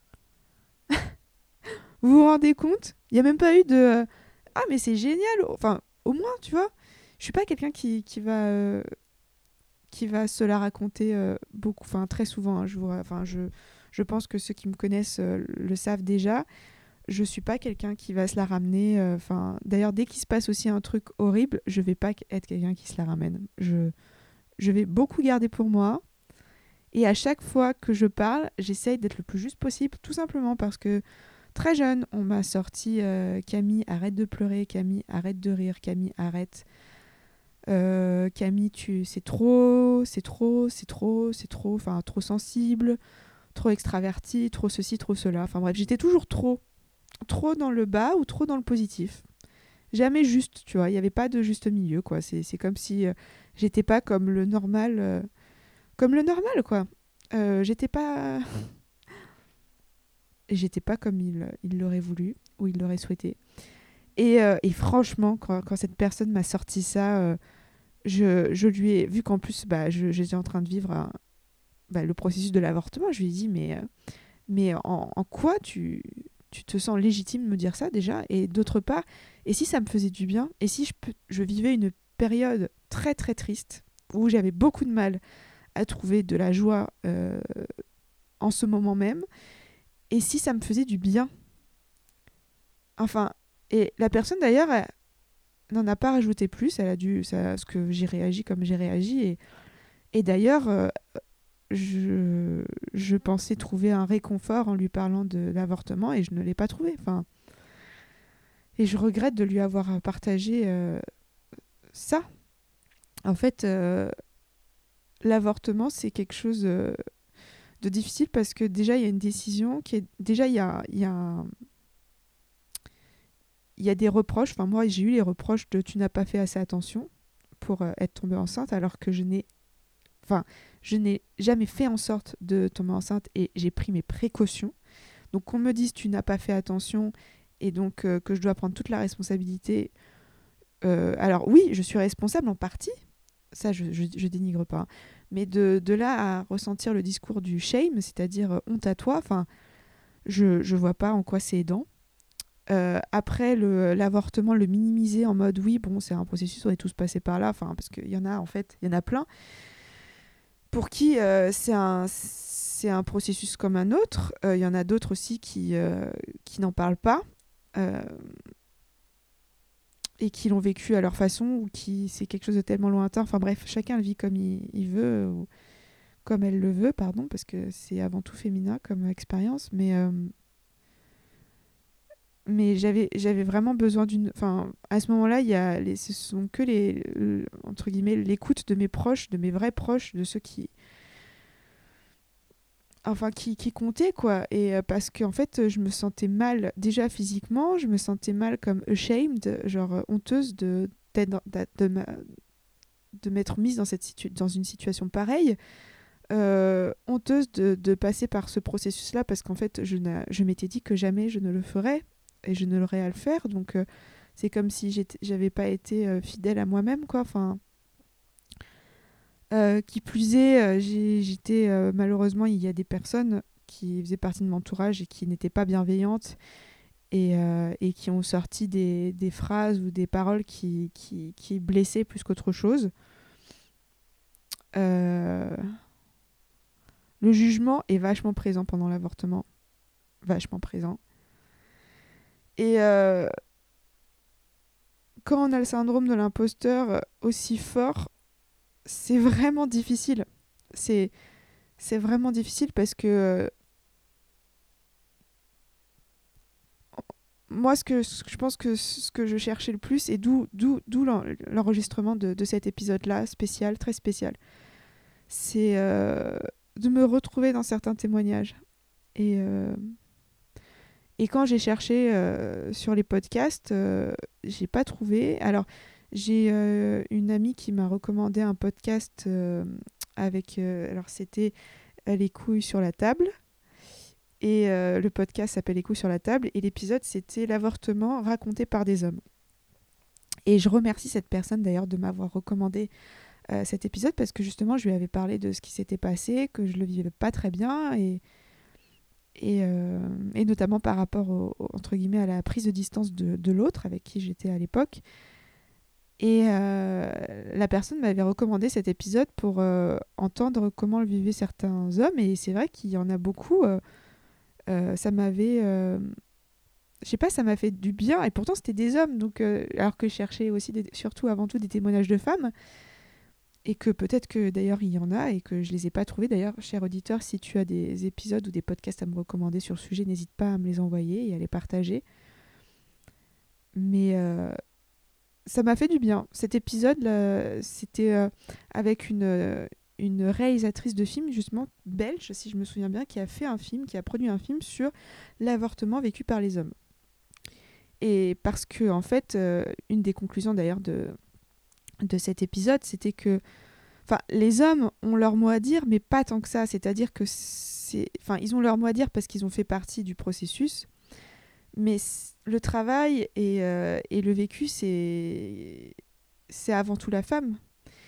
Vous vous rendez compte? Il n'y a même pas eu de euh, ah, mais c'est génial! Enfin, au moins, tu vois, je suis pas quelqu'un qui, qui va. euh, qui va se la raconter euh, beaucoup, enfin très souvent. Hein, je, vous, enfin, je, je pense que ceux qui me connaissent euh, le savent déjà. Je suis pas quelqu'un qui va se la ramener. euh, Enfin, d'ailleurs, dès qu'il se passe aussi un truc horrible, je vais pas être quelqu'un qui se la ramène. Je, je vais beaucoup garder pour moi. Et à chaque fois que je parle, j'essaye d'être le plus juste possible, tout simplement parce que très jeune, on m'a sorti euh, Camille, arrête de pleurer, Camille, arrête de rire, Camille, arrête. Euh, Camille, tu, c'est trop, c'est trop, c'est trop, c'est trop, enfin trop sensible, trop extraverti, trop ceci, trop cela. Enfin bref, j'étais toujours trop, trop dans le bas ou trop dans le positif. Jamais juste, tu vois. Il n'y avait pas de juste milieu, quoi. C'est, c'est comme si euh, j'étais pas comme le normal, euh, comme le normal, quoi. Euh, j'étais pas, j'étais pas comme il, il l'aurait voulu ou il l'aurait souhaité. Et, euh, et franchement, quand, quand cette personne m'a sorti ça. Euh, je, je lui ai vu qu'en plus, bah, je, j'étais en train de vivre un- bah, le processus de l'avortement. Je lui ai dit, mais, euh, mais en, en quoi tu, tu te sens légitime de me dire ça déjà? Et d'autre part, et si ça me faisait du bien? Et si je, peux- je vivais une période très très triste où j'avais beaucoup de mal à trouver de la joie euh, en ce moment même? Et si ça me faisait du bien? Enfin, et la personne d'ailleurs, elle n'en a pas rajouté plus. Elle a dû, ça, ce que j'ai réagi comme j'ai réagi. Et, et d'ailleurs, euh, je, je pensais trouver un réconfort en lui parlant de l'avortement et je ne l'ai pas trouvé. Enfin, et je regrette de lui avoir partagé euh, ça. En fait, euh, l'avortement, c'est quelque chose euh, de difficile parce que déjà, il y a une décision qui est. Déjà, il y a, il y a, un- il y a des reproches. Enfin, moi, j'ai eu les reproches de tu n'as pas fait assez attention pour euh, être tombée enceinte alors que je n'ai. Enfin, je n'ai jamais fait en sorte de tomber enceinte et j'ai pris mes précautions. Donc qu'on me dise tu n'as pas fait attention et donc euh, que je dois prendre toute la responsabilité. Euh, alors oui, je suis responsable en partie, ça je, je, je dénigre pas. Hein. Mais de, de là à ressentir le discours du shame, c'est-à-dire euh, honte à toi, enfin, je, je vois pas en quoi c'est aidant. Euh, après le, l'avortement, le minimiser en mode oui, bon, c'est un processus, on est tous passés par là, enfin, parce qu'il y en a en fait, il y en a plein, pour qui euh, c'est un, c'est un processus comme un autre. Euh, Il y en a d'autres aussi qui, euh, qui n'en parlent pas. Euh, et qui l'ont vécu à leur façon ou qui c'est quelque chose de tellement lointain. Enfin bref, chacun le vit comme il, il veut ou comme elle le veut, pardon, parce que c'est avant tout féminin comme expérience. Mais, euh, mais j'avais, j'avais vraiment besoin d'une... Enfin, à ce moment-là, il y a les, ce sont que les, le- entre guillemets, l'écoute de mes proches, de mes vrais proches, de ceux qui... Enfin, qui, qui comptaient, quoi. Et euh, parce qu'en fait, je me sentais mal, déjà physiquement, je me sentais mal comme ashamed, genre euh, honteuse de, d'être dans- d'a- de, ma- de m'être mise dans, cette situ- dans une situation pareille, euh, honteuse de, de passer par ce processus-là, parce qu'en fait, je, n'a- je m'étais dit que jamais je ne le ferais, et je ne l'aurais à le faire, donc euh, c'est comme si j'étais- j'avais pas été euh, fidèle à moi-même, quoi. Enfin, euh, qui plus est, euh, j'ai- j'étais, euh, malheureusement, il y a des personnes qui faisaient partie de mon entourage et qui n'étaient pas bienveillantes, et, euh, et qui ont sorti des, des phrases ou des paroles qui, qui, qui blessaient plus qu'autre chose. Euh, Le jugement est vachement présent pendant l'avortement. Vachement présent. Et euh, quand on a le syndrome de l'imposteur euh, aussi fort, c'est vraiment difficile. C'est, c'est vraiment difficile parce que euh, moi, ce que, ce que je pense que ce que je cherchais le plus, et d'où, d'où, d'où l'en- l'enregistrement de, de cet épisode-là, spécial, très spécial, c'est euh, de me retrouver dans certains témoignages. Et, euh, Et quand j'ai cherché euh, sur les podcasts, euh, j'ai pas trouvé. Alors, j'ai euh, une amie qui m'a recommandé un podcast euh, avec. Euh, alors, c'était euh, Les couilles sur la table. Et euh, le podcast s'appelle Les couilles sur la table. Et l'épisode, c'était l'avortement raconté par des hommes. Et je remercie cette personne d'ailleurs de m'avoir recommandé euh, cet épisode parce que justement, je lui avais parlé de ce qui s'était passé, que je le vivais pas très bien. Et et, euh, et notamment par rapport au, au- entre guillemets à la prise de distance de, de l'autre avec qui j'étais à l'époque. Et euh, la personne m'avait recommandé cet épisode pour euh, entendre comment le vivaient certains hommes, et c'est vrai qu'il y en a beaucoup. Euh, euh, ça m'avait, euh, je sais pas, ça m'a fait du bien, et pourtant c'était des hommes, donc euh, alors que je cherchais aussi des- surtout avant tout des témoignages de femmes. Et que peut-être que d'ailleurs il y en a et que je les ai pas trouvés. D'ailleurs, cher auditeur, si tu as des épisodes ou des podcasts à me recommander sur le sujet, n'hésite pas à me les envoyer et à les partager. Mais euh, ça m'a fait du bien. Cet épisode, là, c'était euh, avec une, euh, une réalisatrice de film, justement belge, si je me souviens bien, qui a fait un film, qui a produit un film sur l'avortement vécu par les hommes. Et parce que, en fait, euh, une des conclusions d'ailleurs de, de cet épisode, c'était que enfin, les hommes ont leur mot à dire, mais pas tant que ça. C'est-à-dire que c'est, enfin, ils ont leur mot à dire parce qu'ils ont fait partie du processus. Mais le travail et, euh, et le vécu, c'est, c'est avant tout la femme.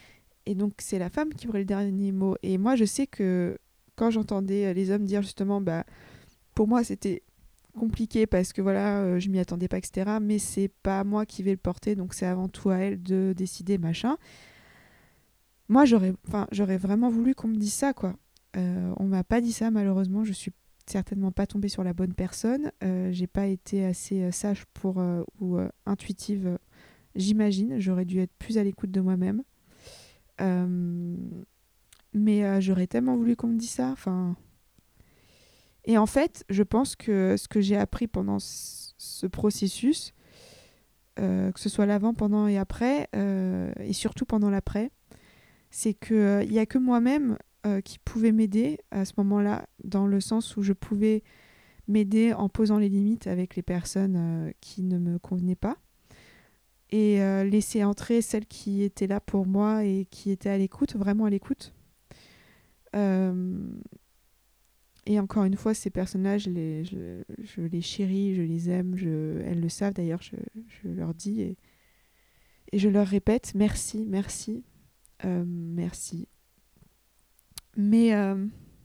et donc c'est la femme qui aurait le dernier mot. Et moi je sais que quand j'entendais les hommes dire justement bah pour moi c'était compliqué parce que voilà euh, je m'y attendais pas, etc., mais c'est pas moi qui vais le porter, donc c'est avant tout à elle de décider, machin. Moi j'aurais enfin j'aurais vraiment voulu qu'on me dise ça, quoi. Euh, on m'a pas dit ça, malheureusement. Je suis certainement pas tombée sur la bonne personne. Euh, j'ai pas été assez euh, sage pour euh, ou euh, intuitive, euh, j'imagine. J'aurais dû être plus à l'écoute de moi-même. Euh, mais euh, j'aurais tellement voulu qu'on me dise ça. Enfin, et en fait, je pense que ce que j'ai appris pendant c- ce processus, euh, que ce soit l'avant, pendant et après, euh, et surtout pendant l'après, c'est qu'il euh, n'y a que moi-même euh, qui pouvait m'aider à ce moment-là, dans le sens où je pouvais m'aider en posant les limites avec les personnes euh, qui ne me convenaient pas, et euh, laisser entrer celles qui étaient là pour moi et qui étaient à l'écoute, vraiment à l'écoute. Euh, et encore une fois, ces personnes-là, je les, je, je les chéris, je les aime, je, elles le savent d'ailleurs, je, je leur dis et, et je leur répète merci, merci, euh, merci. Mais euh,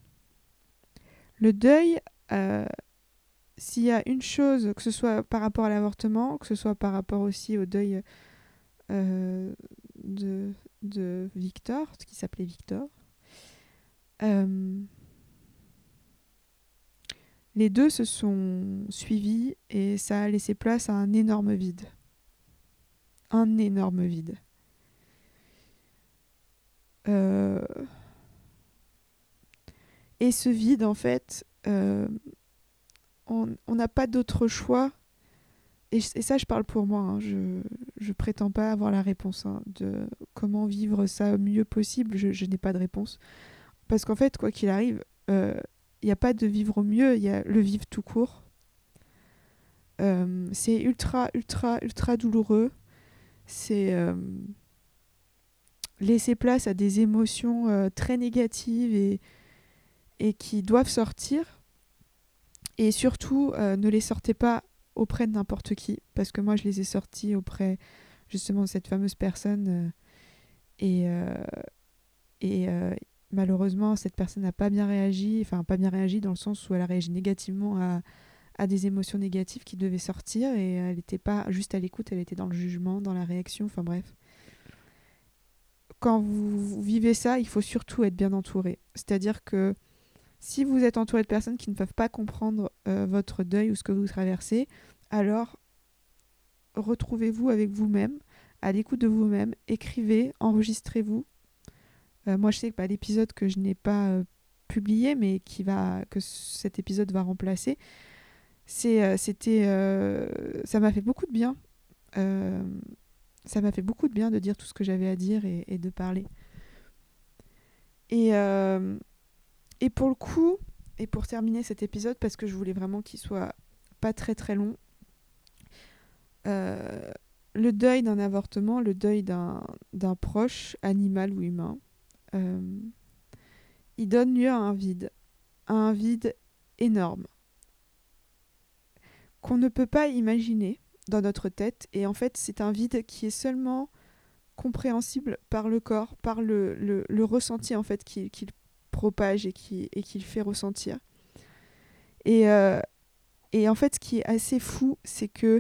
le deuil, euh, s'il y a une chose, que ce soit par rapport à l'avortement, que ce soit par rapport aussi au deuil euh, de, de Victor, qui s'appelait Victor, euh, les deux se sont suivis et ça a laissé place à un énorme vide. Un énorme vide. Euh, et ce vide, en fait, euh, on n'a pas d'autre choix. Et, et ça, je parle pour moi. Hein, je je prétends pas avoir la réponse, hein, de comment vivre ça au mieux possible. Je, je n'ai pas de réponse. Parce qu'en fait, quoi qu'il arrive, il euh, n'y a pas de vivre au mieux, il y a le vivre tout court. Euh, c'est ultra, ultra, ultra douloureux. C'est euh, laisser place à des émotions euh, très négatives et, et qui doivent sortir. Et surtout, euh, ne les sortez pas auprès de n'importe qui. Parce que moi, je les ai sortis auprès justement de cette fameuse personne. Euh, et euh, et euh, malheureusement, cette personne n'a pas bien réagi. Enfin, pas bien réagi dans le sens où elle a réagi négativement à, à des émotions négatives qui devaient sortir. Et elle n'était pas juste à l'écoute, elle était dans le jugement, dans la réaction. Enfin bref. Quand vous vivez ça, il faut surtout être bien entouré. C'est-à-dire que si vous êtes entouré de personnes qui ne peuvent pas comprendre euh, votre deuil ou ce que vous traversez, alors retrouvez-vous avec vous-même, à l'écoute de vous-même, écrivez, enregistrez-vous. Euh, moi, je sais que bah, l'épisode que je n'ai pas euh, publié, mais qui va, que cet épisode va remplacer, c'est, euh, c'était, euh, ça m'a fait beaucoup de bien. Euh, ça m'a fait beaucoup de bien de dire tout ce que j'avais à dire et, et de parler. Et, euh, et pour le coup, et pour terminer cet épisode, parce que je voulais vraiment qu'il soit pas très très long, euh, le deuil d'un avortement, le deuil d'un, d'un proche, animal ou humain, euh, il donne lieu à un vide, à un vide énorme, qu'on ne peut pas imaginer dans notre tête. Et en fait, c'est un vide qui est seulement compréhensible par le corps, par le, le, le ressenti en fait qu'il, qu'il propage et qui et qu'il fait ressentir. Et, euh, et en fait, ce qui est assez fou, c'est que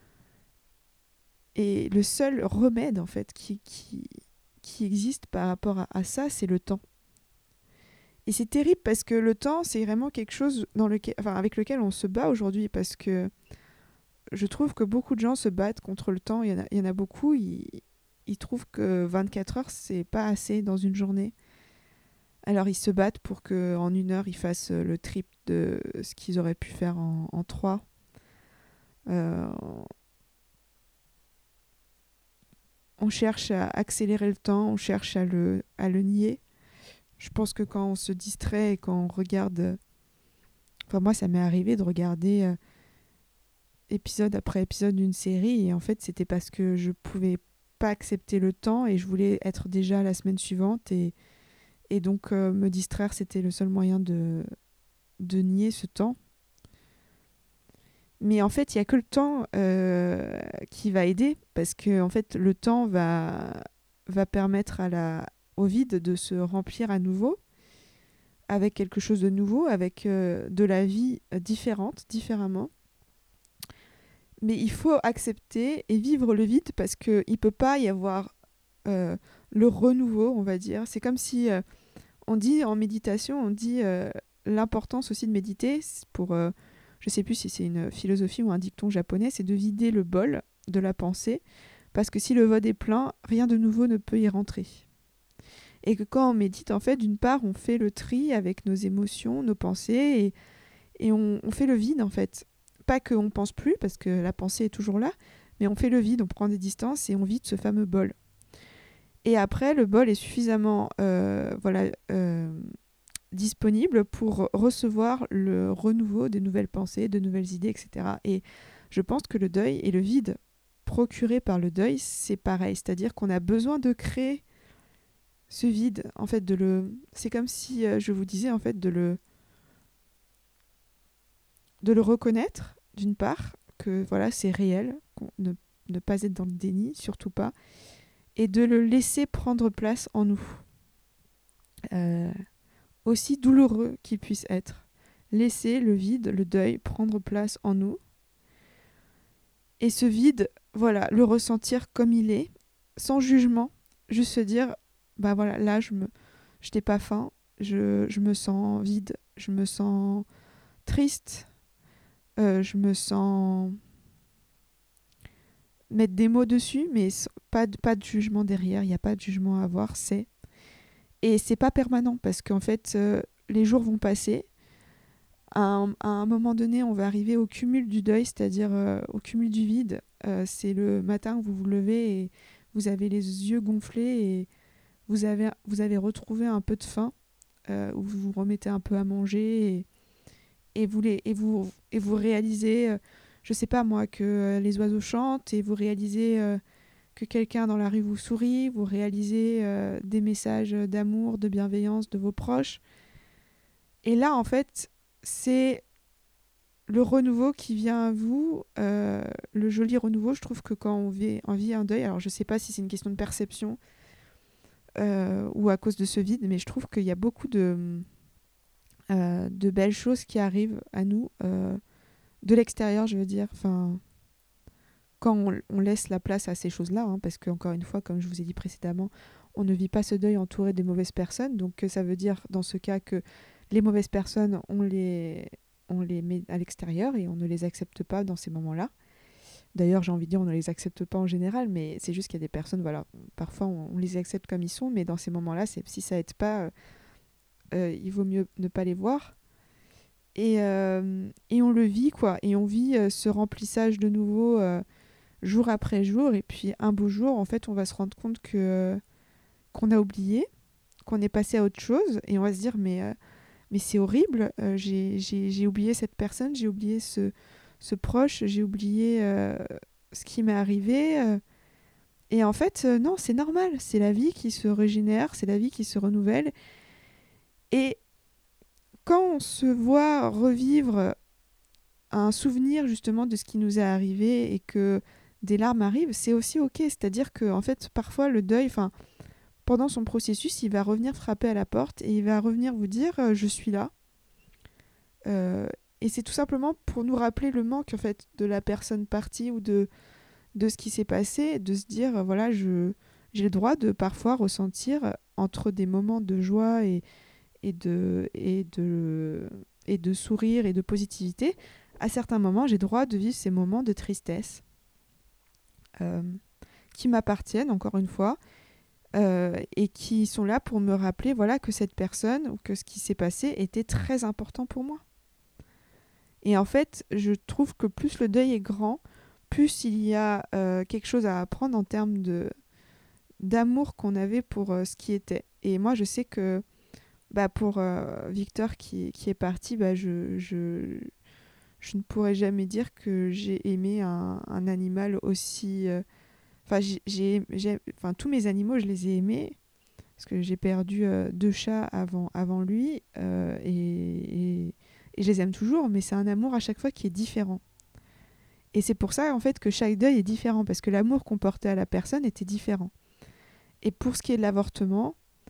et le seul remède en fait qui, qui, qui existe par rapport à, à ça, c'est le temps. Et c'est terrible parce que le temps, c'est vraiment quelque chose dans lequel, enfin, avec lequel on se bat aujourd'hui, parce que je trouve que beaucoup de gens se battent contre le temps. Il y en a, il y en a beaucoup, ils, ils trouvent que vingt-quatre heures, c'est pas assez dans une journée. Alors ils se battent pour qu'en une heure, ils fassent le triple de ce qu'ils auraient pu faire en, en trois. Euh, on cherche à accélérer le temps, on cherche à le, à le nier. Je pense que quand on se distrait et quand on regarde... Enfin, moi, ça m'est arrivé de regarder euh, épisode après épisode d'une série, et en fait, c'était parce que je pouvais pas accepter le temps et je voulais être déjà la semaine suivante, et, et donc euh, me distraire, c'était le seul moyen de, de nier ce temps. Mais en fait, il n'y a que le temps euh, qui va aider, parce que en fait, le temps va, va permettre à la, au vide de se remplir à nouveau avec quelque chose de nouveau, avec euh, de la vie euh, différente, différemment. Mais il faut accepter et vivre le vide parce qu'il ne peut pas y avoir euh, le renouveau, on va dire. C'est comme si euh, on dit en méditation, on dit euh, l'importance aussi de méditer pour, euh, je ne sais plus si c'est une philosophie ou un dicton japonais, c'est de vider le bol de la pensée parce que si le vode est plein, rien de nouveau ne peut y rentrer. Et que quand on médite, en fait, d'une part, on fait le tri avec nos émotions, nos pensées, et, et on, on fait le vide, en fait. Pas qu'on ne pense plus, parce que la pensée est toujours là, mais on fait le vide, on prend des distances et on vide ce fameux bol. Et après, le bol est suffisamment euh, voilà, euh, disponible pour recevoir le renouveau de nouvelles pensées, de nouvelles idées, et cetera. Et je pense que le deuil et le vide procuré par le deuil, c'est pareil. C'est-à-dire qu'on a besoin de créer ce vide, en fait, de le... c'est comme si euh, je vous disais, en fait, de le... de le reconnaître, d'une part, que voilà, c'est réel, ne, ne pas être dans le déni, surtout pas, et de le laisser prendre place en nous. Euh, aussi douloureux qu'il puisse être. Laisser le vide, le deuil, prendre place en nous. Et ce vide, voilà, le ressentir comme il est, sans jugement, juste se dire, bah voilà, là, je me, je n'ai pas faim, je, je me sens vide, je me sens triste, euh, je me sens mettre des mots dessus, mais pas de, pas de jugement derrière, il n'y a pas de jugement à avoir, c'est. Et c'est pas permanent, parce qu'en fait, euh, les jours vont passer. À un, à un moment donné, on va arriver au cumul du deuil, c'est-à-dire euh, au cumul du vide. Euh, c'est le matin où vous vous levez et vous avez les yeux gonflés et vous avez, vous avez retrouvé un peu de faim, euh, où vous vous remettez un peu à manger et, et, vous, les, et, vous, et vous réalisez, euh, je sais pas moi, que euh, les oiseaux chantent et vous réalisez euh, que quelqu'un dans la rue vous sourit, vous réalisez euh, des messages d'amour, de bienveillance de vos proches. Et là, en fait, c'est le renouveau qui vient à vous, euh, le joli renouveau. Je trouve que quand on vit, on vit un deuil, alors je ne sais pas si c'est une question de perception euh, ou à cause de ce vide, mais je trouve qu'il y a beaucoup de, euh, de belles choses qui arrivent à nous, euh, de l'extérieur, je veux dire. Enfin, quand on, on laisse la place à ces choses-là, hein, parce qu'encore une fois, comme je vous ai dit précédemment, on ne vit pas ce deuil entouré des mauvaises personnes. Donc ça veut dire dans ce cas que les mauvaises personnes, on les, on les met à l'extérieur et on ne les accepte pas dans ces moments-là. D'ailleurs, j'ai envie de dire, on ne les accepte pas en général, mais c'est juste qu'il y a des personnes, voilà, parfois on, on les accepte comme ils sont, mais dans ces moments-là, c'est, si ça aide pas, euh, euh, il vaut mieux ne pas les voir. Et, euh, et on le vit, quoi. Et on vit euh, ce remplissage de nouveau euh, jour après jour. Et puis un beau jour, en fait, on va se rendre compte que, euh, qu'on a oublié, qu'on est passé à autre chose. Et on va se dire, mais, euh, mais c'est horrible, euh, j'ai, j'ai, j'ai oublié cette personne, j'ai oublié ce, ce proche, j'ai oublié euh, ce qui m'est arrivé. Euh, et en fait, euh, non, c'est normal. C'est la vie qui se régénère, c'est la vie qui se renouvelle. Et quand on se voit revivre un souvenir justement de ce qui nous est arrivé et que des larmes arrivent, c'est aussi ok. C'est-à-dire que en fait, parfois le deuil, enfin, pendant son processus, il va revenir frapper à la porte et il va revenir vous dire euh, je suis là. Euh, et c'est tout simplement pour nous rappeler le manque en fait de la personne partie ou de de ce qui s'est passé, de se dire euh, voilà, je j'ai le droit de parfois ressentir entre des moments de joie et et de et de et de sourire et de positivité. À certains moments, j'ai le droit de vivre ces moments de tristesse euh, qui m'appartiennent, encore une fois, euh, et qui sont là pour me rappeler voilà, que cette personne ou que ce qui s'est passé était très important pour moi. Et en fait, je trouve que plus le deuil est grand, plus il y a euh, quelque chose à apprendre en termes de, d'amour qu'on avait pour euh, ce qui était. Et moi, je sais que bah, pour euh, Victor qui, qui est parti, bah, je, je, je ne pourrais jamais dire que j'ai aimé un, un animal aussi... Enfin, euh, j'ai, j'ai, enfin, tous mes animaux, je les ai aimés, parce que j'ai perdu euh, deux chats avant, avant lui, euh, et, et, et je les aime toujours, mais c'est un amour à chaque fois qui est différent. Et c'est pour ça, en fait, que chaque deuil est différent, parce que l'amour qu'on portait à la personne était différent. Et pour ce qui est de l'avortement,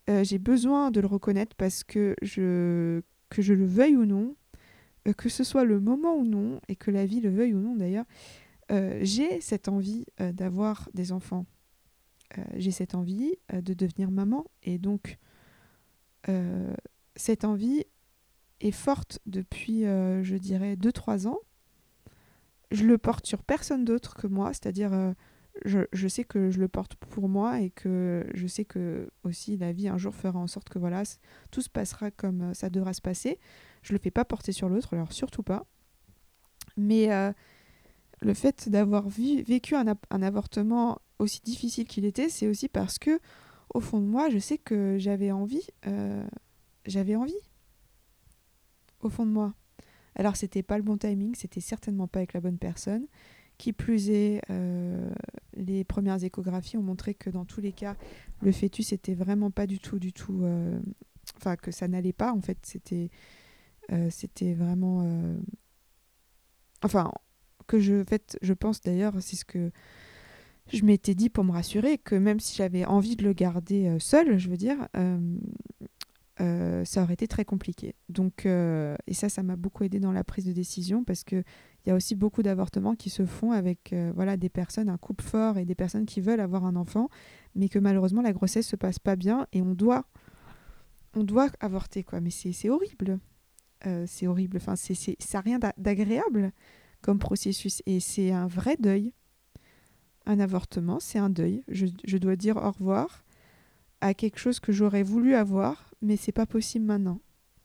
euh, j'ai besoin de le reconnaître parce que je, que je le veuille ou non, euh, que ce soit le moment ou non, et que la vie le veuille ou non d'ailleurs, euh, j'ai cette envie euh, d'avoir des enfants. Euh, j'ai cette envie euh, de devenir maman. Et donc, euh, cette envie est forte depuis, euh, je dirais, deux trois ans. Je le porte sur personne d'autre que moi, c'est-à-dire euh, je, je sais que je le porte pour moi et que je sais que aussi la vie un jour fera en sorte que voilà, c- tout se passera comme euh, ça devra se passer. Je le fais pas porter sur l'autre, alors surtout pas. Mais euh, le fait d'avoir vi- vécu un, ap- un avortement aussi difficile qu'il était, c'est aussi parce que au fond de moi, je sais que j'avais envie, euh, j'avais envie au fond de moi. Alors, c'était pas le bon timing, c'était certainement pas avec la bonne personne. Qui plus est, euh, les premières échographies ont montré que dans tous les cas, le fœtus était vraiment pas du tout, du tout. euh, Enfin, que ça n'allait pas. En fait, c'était, euh, c'était vraiment. euh, Enfin, que je, en fait, je pense d'ailleurs, c'est ce que je m'étais dit pour me rassurer, que même si j'avais envie de le garder euh, seul, je veux dire, euh, euh, ça aurait été très compliqué. Donc, euh, et ça, ça m'a beaucoup aidé dans la prise de décision parce qu'il y a aussi beaucoup d'avortements qui se font avec euh, voilà, des personnes, un couple fort et des personnes qui veulent avoir un enfant, mais que malheureusement la grossesse se passe pas bien et on doit, on doit avorter, quoi. Mais c'est, c'est horrible. Euh, c'est horrible. Enfin, c'est, c'est, ça n'a rien d'a- d'agréable comme processus et c'est un vrai deuil. Un avortement, c'est un deuil. Je, je dois dire au revoir à quelque chose que j'aurais voulu avoir, mais c'est pas possible maintenant.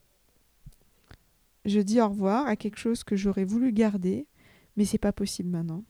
Je dis au revoir à quelque chose que j'aurais voulu garder, mais c'est pas possible maintenant.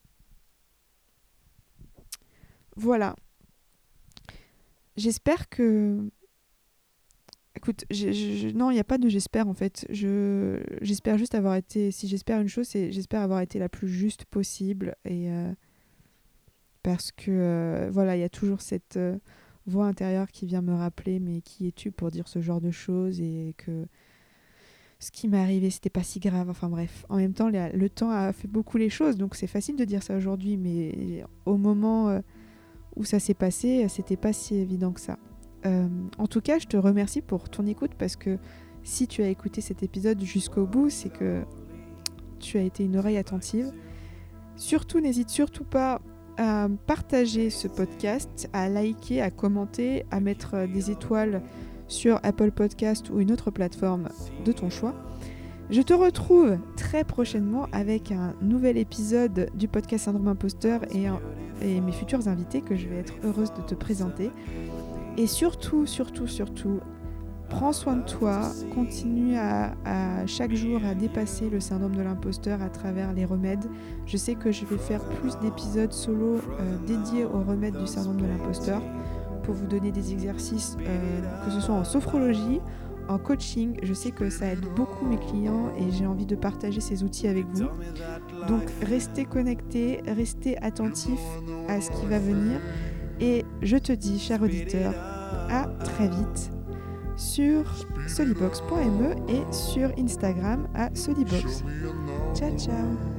Voilà. J'espère que. Écoute, je, je- je- non, il n'y a pas de j'espère en fait. Je, j'espère juste avoir été. Si j'espère une chose, c'est j'espère avoir été la plus juste possible. Et euh, parce que euh, voilà, il y a toujours cette euh, voix intérieure qui vient me rappeler, mais qui es-tu pour dire ce genre de choses et que ce qui m'est arrivé, c'était pas si grave. Enfin bref, en même temps, le, le temps a fait beaucoup les choses, donc c'est facile de dire ça aujourd'hui, mais au moment euh, où ça s'est passé, c'était pas si évident que ça. Euh, en tout cas, je te remercie pour ton écoute parce que si tu as écouté cet épisode jusqu'au bout, c'est que tu as été une oreille attentive. Surtout, n'hésite surtout pas à partager ce podcast, à liker, à commenter, à mettre des étoiles sur Apple Podcast ou une autre plateforme de ton choix. Je te retrouve très prochainement avec un nouvel épisode du podcast Syndrome Imposteur et, un, et mes futurs invités que je vais être heureuse de te présenter. Et surtout, surtout, surtout, prends soin de toi, continue à, à chaque jour à dépasser le syndrome de l'imposteur à travers les remèdes. Je sais que je vais faire plus d'épisodes solo euh, dédiés aux remèdes du syndrome de l'imposteur pour vous donner des exercices, euh, que ce soit en sophrologie, en coaching. Je sais que ça aide beaucoup mes clients et j'ai envie de partager ces outils avec vous. Donc restez connectés, restez attentifs à ce qui va venir. Et je te dis, cher auditeur, à très vite sur solibox point m e et sur Instagram à solibox. Ciao, ciao!